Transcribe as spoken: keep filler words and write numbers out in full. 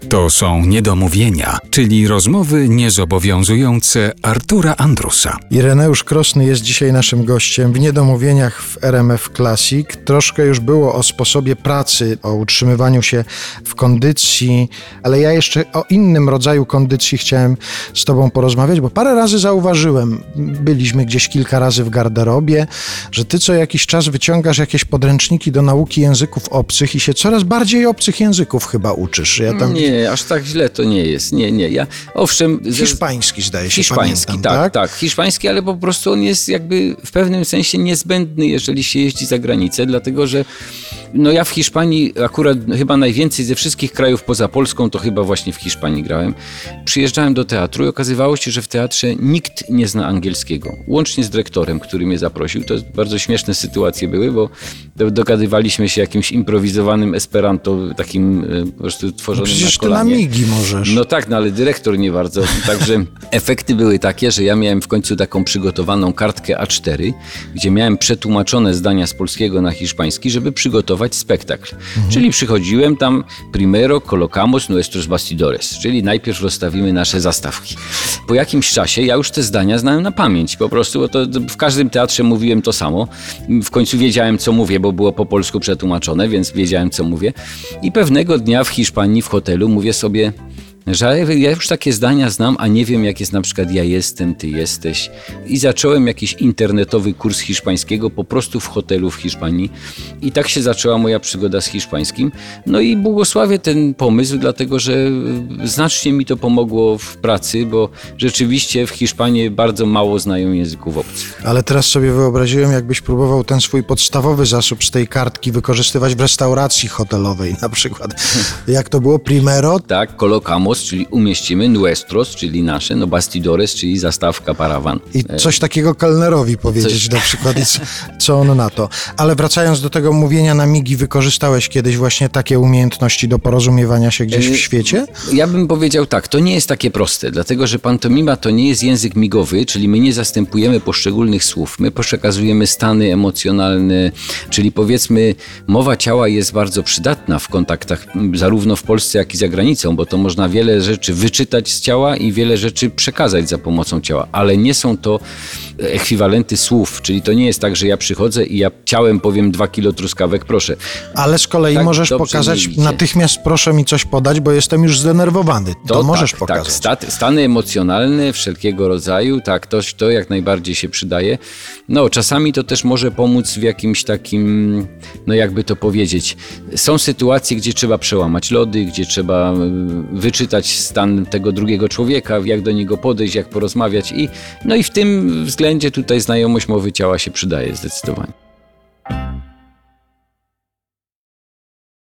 To są niedomówienia, czyli rozmowy niezobowiązujące Artura Andrusa. Ireneusz Krosny jest dzisiaj naszym gościem w Niedomówieniach w R M F Classic. Troszkę już było o sposobie pracy, o utrzymywaniu się w kondycji, ale ja jeszcze o innym rodzaju kondycji chciałem z tobą porozmawiać, bo parę razy zauważyłem, byliśmy gdzieś kilka razy w garderobie, że ty co jakiś czas wyciągasz jakieś podręczniki do nauki języków obcych i się coraz bardziej obcych języków chyba uczysz. Ja tam... Nie, aż tak źle to nie jest. Nie, nie. Ja, owszem... Hiszpański zdaje się, Hiszpański, pamiętam, tak, tak? tak. Hiszpański, ale po prostu on jest jakby w pewnym sensie niezbędny, jeżeli się jeździ za granicę, dlatego że no ja w Hiszpanii akurat chyba najwięcej ze wszystkich krajów poza Polską, to chyba właśnie w Hiszpanii grałem. Przyjeżdżałem do teatru i okazywało się, że w teatrze nikt nie zna angielskiego. Łącznie z dyrektorem, który mnie zaprosił. To bardzo śmieszne sytuacje były, bo dogadywaliśmy się jakimś improwizowanym esperanto, takim po prostu tworzonym no przecież na kolanie. Ty na migi możesz. No tak, no ale dyrektor nie bardzo. Także efekty były takie, że ja miałem w końcu taką przygotowaną kartkę A cztery, gdzie miałem przetłumaczone zdania z polskiego na hiszpański, żeby przygotować spektakl. Mhm. Czyli przychodziłem tam primero colocamos nuestros bastidores, czyli najpierw rozstawimy nasze zastawki. Po jakimś czasie ja już te zdania znałem na pamięć po prostu, bo to w każdym teatrze mówiłem to samo. W końcu wiedziałem, co mówię, bo było po polsku przetłumaczone, więc wiedziałem, co mówię. I pewnego dnia w Hiszpanii w hotelu mówię sobie, że ja już takie zdania znam, a nie wiem, jak jest na przykład ja jestem, ty jesteś. I zacząłem jakiś internetowy kurs hiszpańskiego po prostu w hotelu w Hiszpanii. I tak się zaczęła moja przygoda z hiszpańskim. No i błogosławię ten pomysł, dlatego że znacznie mi to pomogło w pracy, bo rzeczywiście w Hiszpanii bardzo mało znają języków obcych. Ale teraz sobie wyobraziłem, jakbyś próbował ten swój podstawowy zasób z tej kartki wykorzystywać w restauracji hotelowej na przykład. Jak to było? Primero? Tak, colocamos, czyli umieścimy, nuestros, czyli nasze, no bastidores, czyli zastawka, parawan. I coś takiego kelnerowi powiedzieć coś... na przykład, i co, co on na to. Ale wracając do tego mówienia na migi, wykorzystałeś kiedyś właśnie takie umiejętności do porozumiewania się gdzieś w świecie? Ja bym powiedział tak, to nie jest takie proste, dlatego że pantomima to nie jest język migowy, czyli my nie zastępujemy poszczególnych słów, my przekazujemy stany emocjonalne, czyli powiedzmy mowa ciała jest bardzo przydatna w kontaktach zarówno w Polsce, jak i za granicą, bo to można wiele rzeczy wyczytać z ciała i wiele rzeczy przekazać za pomocą ciała, ale nie są to ekwiwalenty słów, czyli to nie jest tak, że ja przychodzę i ja ciałem powiem dwa kilo truskawek, proszę. Ale z kolei tak możesz pokazać natychmiast, proszę mi coś podać, bo jestem już zdenerwowany. To, to możesz tak, pokazać. Tak, stat, stany emocjonalne wszelkiego rodzaju, tak, to, to jak najbardziej się przydaje. No, czasami to też może pomóc w jakimś takim, no jakby to powiedzieć, są sytuacje, gdzie trzeba przełamać lody, gdzie trzeba wyczytać stan tego drugiego człowieka, jak do niego podejść, jak porozmawiać i no i w tym względzie tutaj znajomość mowy ciała się przydaje zdecydowanie.